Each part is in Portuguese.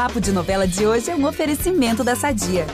Papo de Novela de hoje é um oferecimento da Sadia.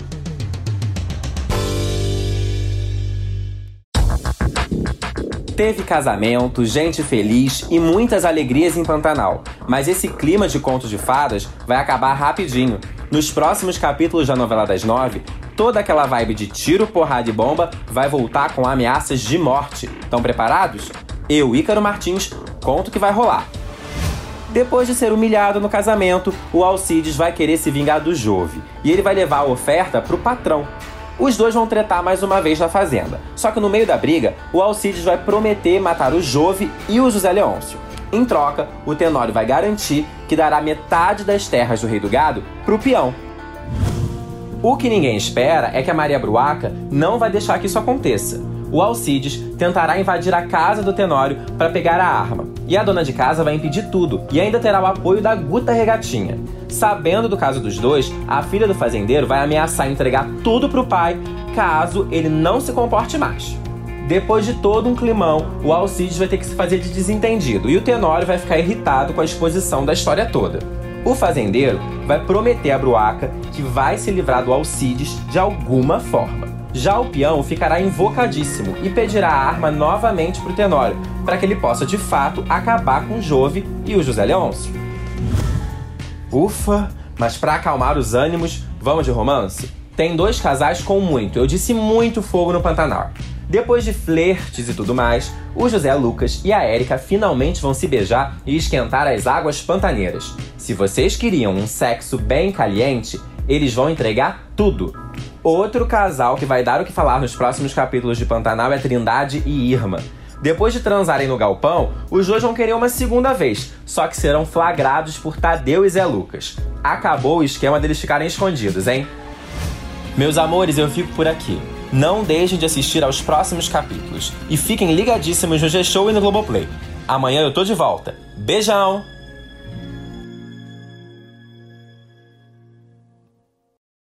Teve casamento, gente feliz e muitas alegrias em Pantanal. Mas esse clima de contos de fadas vai acabar rapidinho. Nos próximos capítulos da novela das 9, toda aquela vibe de tiro, porrada e bomba vai voltar com ameaças de morte. Estão preparados? Eu, Ícaro Martins, conto que vai rolar. Depois de ser humilhado no casamento, o Alcides vai querer se vingar do Jove. E ele vai levar a oferta pro patrão. Os dois vão tretar mais uma vez na fazenda. Só que no meio da briga, o Alcides vai prometer matar o Jove e o José Leôncio. Em troca, o Tenório vai garantir que dará metade das terras do Rei do Gado pro peão. O que ninguém espera é que a Maria Bruaca não vai deixar que isso aconteça. O Alcides tentará invadir a casa do Tenório para pegar a arma. E a dona de casa vai impedir tudo e ainda terá o apoio da Guta Regatinha. Sabendo do caso dos dois, a filha do fazendeiro vai ameaçar entregar tudo pro pai caso ele não se comporte mais. Depois de todo um climão, o Alcides vai ter que se fazer de desentendido e o Tenório vai ficar irritado com a exposição da história toda. O fazendeiro vai prometer a Bruaca que vai se livrar do Alcides de alguma forma. Já o peão ficará invocadíssimo e pedirá a arma novamente pro Tenório, para que ele possa de fato acabar com o Jove e o José Leôncio. Ufa, mas para acalmar os ânimos, vamos de romance? Tem dois casais com muito, eu disse muito fogo no Pantanal. Depois de flertes e tudo mais, o José Lucas e a Érica finalmente vão se beijar e esquentar as águas pantaneiras. Se vocês queriam um sexo bem caliente, eles vão entregar tudo. Outro casal que vai dar o que falar nos próximos capítulos de Pantanal é Trindade e Irma. Depois de transarem no galpão, os dois vão querer uma segunda vez, só que serão flagrados por Tadeu e Zé Lucas. Acabou o esquema deles ficarem escondidos, hein? Meus amores, eu fico por aqui. Não deixem de assistir aos próximos capítulos. E fiquem ligadíssimos no G-Show e no Globoplay. Amanhã eu tô de volta. Beijão!